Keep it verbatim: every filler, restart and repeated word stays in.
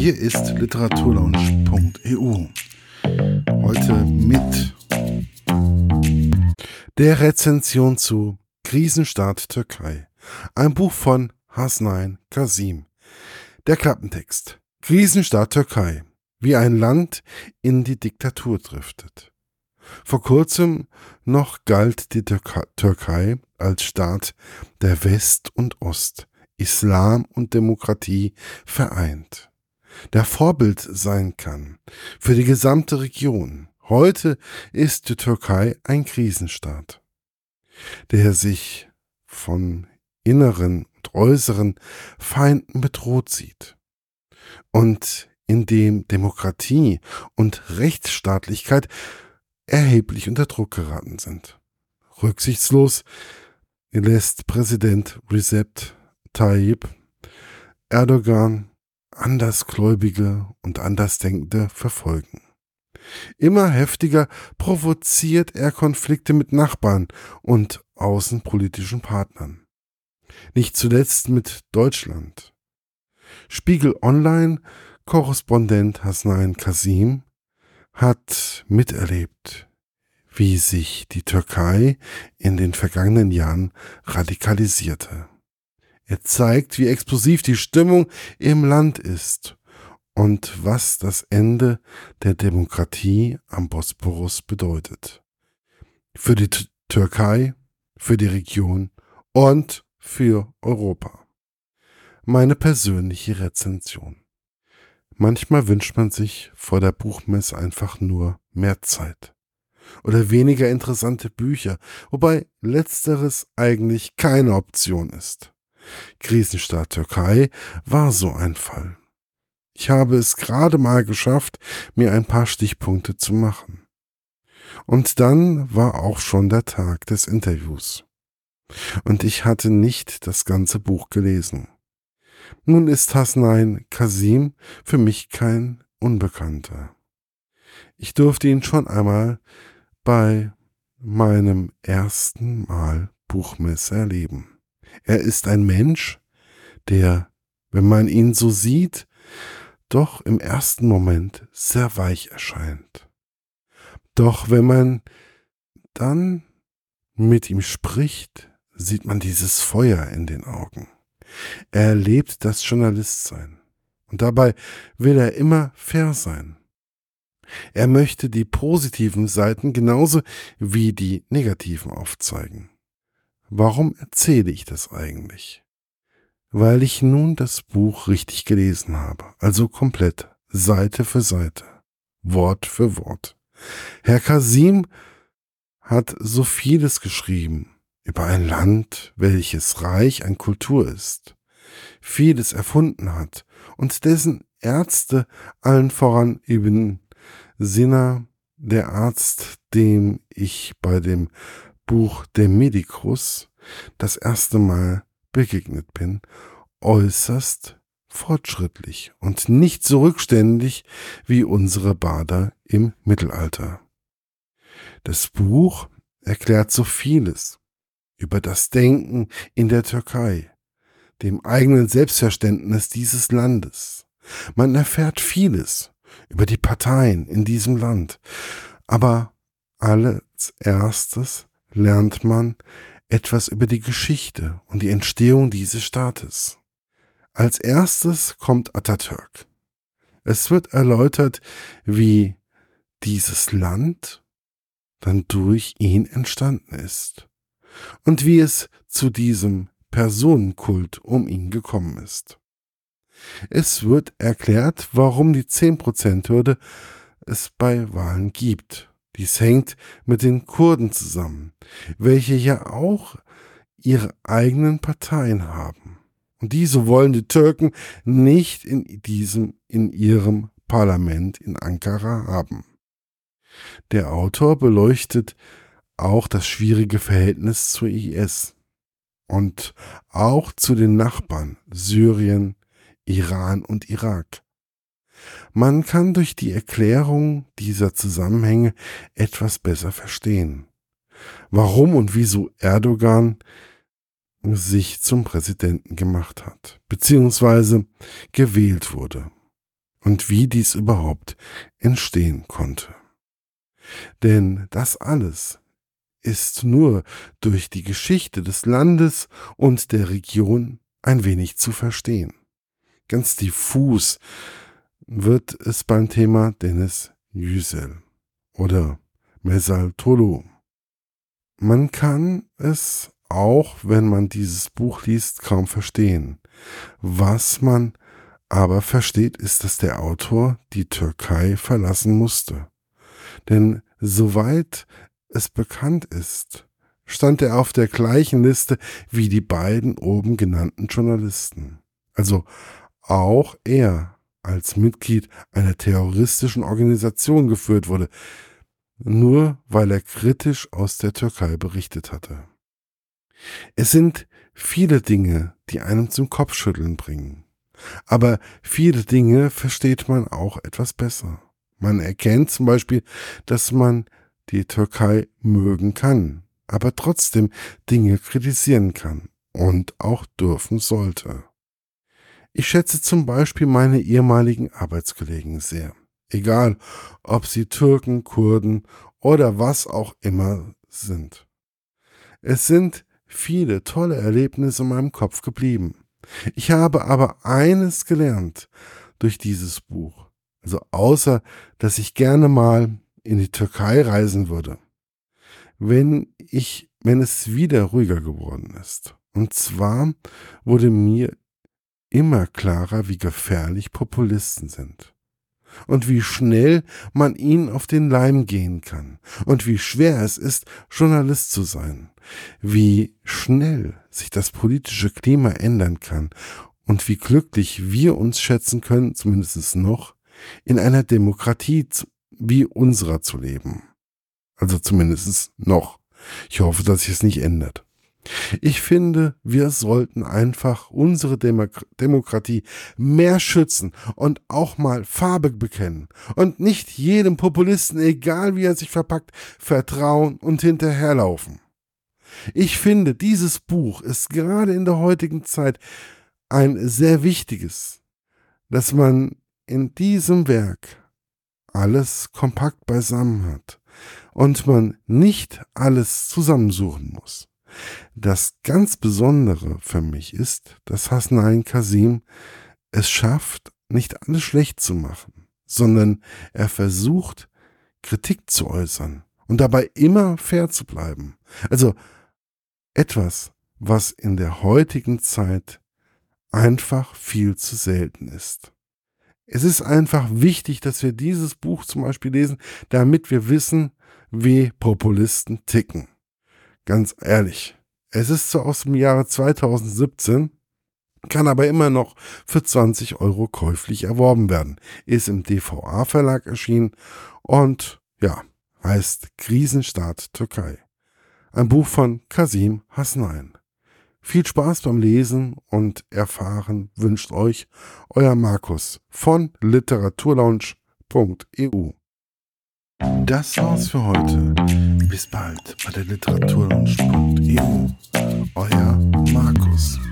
Hier ist literaturlaunch punkt e u. Heute mit der Rezension zu Krisenstaat Türkei. Ein Buch von Hasnain Kazim. Der Klappentext. Krisenstaat Türkei. Wie ein Land in die Diktatur driftet. Vor kurzem noch galt die Türkei, Türkei als Staat der West und Ost, Islam und Demokratie vereint, der Vorbild sein kann für die gesamte Region. Heute ist die Türkei ein Krisenstaat, der sich von inneren und äußeren Feinden bedroht sieht und in dem Demokratie und Rechtsstaatlichkeit erheblich unter Druck geraten sind. Rücksichtslos lässt Präsident Recep Tayyip Erdogan Andersgläubige und Andersdenkende verfolgen. Immer heftiger provoziert er Konflikte mit Nachbarn und außenpolitischen Partnern. Nicht zuletzt mit Deutschland. Spiegel Online-Korrespondent Hasnain Kazim hat miterlebt, wie sich die Türkei in den vergangenen Jahren radikalisierte. Er zeigt, wie explosiv die Stimmung im Land ist und was das Ende der Demokratie am Bosporus bedeutet. Für die T- Türkei, für die Region und für Europa. Meine persönliche Rezension. Manchmal wünscht man sich vor der Buchmesse einfach nur mehr Zeit oder weniger interessante Bücher, wobei letzteres eigentlich keine Option ist. Krisenstaat Türkei war so ein Fall. Ich habe es gerade mal geschafft, mir ein paar Stichpunkte zu machen. Und dann war auch schon der Tag des Interviews. Und ich hatte nicht das ganze Buch gelesen. Nun ist Hasnain Kazim für mich kein Unbekannter. Ich durfte ihn schon einmal bei meinem ersten Mal Buchmesse erleben. Er ist ein Mensch, der, wenn man ihn so sieht, doch im ersten Moment sehr weich erscheint. Doch wenn man dann mit ihm spricht, sieht man dieses Feuer in den Augen. Er lebt das Journalistsein und dabei will er immer fair sein. Er möchte die positiven Seiten genauso wie die negativen aufzeigen. Warum erzähle ich das eigentlich? Weil ich nun das Buch richtig gelesen habe, also komplett, Seite für Seite, Wort für Wort. Herr Kazim hat so vieles geschrieben über ein Land, welches reich an Kultur ist, vieles erfunden hat und dessen Ärzte, allen voran Ibn Sina, der Arzt, dem ich bei dem Buch Der Medicus das erste Mal begegnet bin, äußerst fortschrittlich und nicht so rückständig wie unsere Bader im Mittelalter. Das Buch erklärt so vieles über das Denken in der Türkei, dem eigenen Selbstverständnis dieses Landes. Man erfährt vieles über die Parteien in diesem Land, aber als erstes lernt man etwas über die Geschichte und die Entstehung dieses Staates. Als erstes kommt Atatürk. Es wird erläutert, wie dieses Land dann durch ihn entstanden ist und wie es zu diesem Personenkult um ihn gekommen ist. Es wird erklärt, warum die zehn Prozent Hürde es bei Wahlen gibt. Dies hängt mit den Kurden zusammen, welche ja auch ihre eigenen Parteien haben. Und diese wollen die Türken nicht in diesem, in ihrem Parlament in Ankara haben. Der Autor beleuchtet auch das schwierige Verhältnis zu I S und auch zu den Nachbarn Syrien, Iran und Irak. Man kann durch die Erklärung dieser Zusammenhänge etwas besser verstehen, warum und wieso Erdogan sich zum Präsidenten gemacht hat, beziehungsweise gewählt wurde. und wie dies überhaupt entstehen konnte. Denn das alles ist nur durch die Geschichte des Landes und der Region ein wenig zu verstehen. Ganz diffus wird es beim Thema Deniz Yücel oder Mesal Tolu. Man kann es, auch wenn man dieses Buch liest, kaum verstehen. Was man aber versteht, ist, dass der Autor die Türkei verlassen musste. Denn soweit es bekannt ist, stand er auf der gleichen Liste wie die beiden oben genannten Journalisten. Also auch er als Mitglied einer terroristischen Organisation geführt wurde, nur weil er kritisch aus der Türkei berichtet hatte. Es sind viele Dinge, die einem zum Kopfschütteln bringen. Aber viele Dinge versteht man auch etwas besser. Man erkennt zum Beispiel, dass man die Türkei mögen kann, aber trotzdem Dinge kritisieren kann und auch dürfen sollte. Ich schätze zum Beispiel meine ehemaligen Arbeitskollegen sehr. Egal, ob sie Türken, Kurden oder was auch immer sind. Es sind viele tolle Erlebnisse in meinem Kopf geblieben. Ich habe aber eines gelernt durch dieses Buch. Also außer, dass ich gerne mal in die Türkei reisen würde, wenn ich, wenn es wieder ruhiger geworden ist. Und zwar wurde mir immer klarer, wie gefährlich Populisten sind. Und wie schnell man ihnen auf den Leim gehen kann. Und wie schwer es ist, Journalist zu sein. Wie schnell sich das politische Klima ändern kann. Und wie glücklich wir uns schätzen können, zumindest noch, in einer Demokratie wie unserer zu leben. Also zumindest noch. Ich hoffe, dass sich es nicht ändert. Ich finde, wir sollten einfach unsere Demok- Demokratie mehr schützen und auch mal Farbe bekennen und nicht jedem Populisten, egal wie er sich verpackt, vertrauen und hinterherlaufen. Ich finde, dieses Buch ist gerade in der heutigen Zeit ein sehr wichtiges, dass man in diesem Werk alles kompakt beisammen hat und man nicht alles zusammensuchen muss. Das ganz Besondere für mich ist, dass Hasnain Kasim es schafft, nicht alles schlecht zu machen, sondern er versucht, Kritik zu äußern und dabei immer fair zu bleiben. Also etwas, was in der heutigen Zeit einfach viel zu selten ist. Es ist einfach wichtig, dass wir dieses Buch zum Beispiel lesen, damit wir wissen, wie Populisten ticken. Ganz ehrlich, es ist zwar aus dem Jahre zweitausendsiebzehn, kann aber immer noch für zwanzig Euro käuflich erworben werden. Ist im D V A-Verlag erschienen und ja, heißt Krisenstaat Türkei. Ein Buch von Kasim Hasnain. Viel Spaß beim Lesen und Erfahren wünscht euch euer Markus von literaturlaunch punkt e u. Das war's für heute. Bis bald bei der literaturlaunch punkt e u. Euer Markus.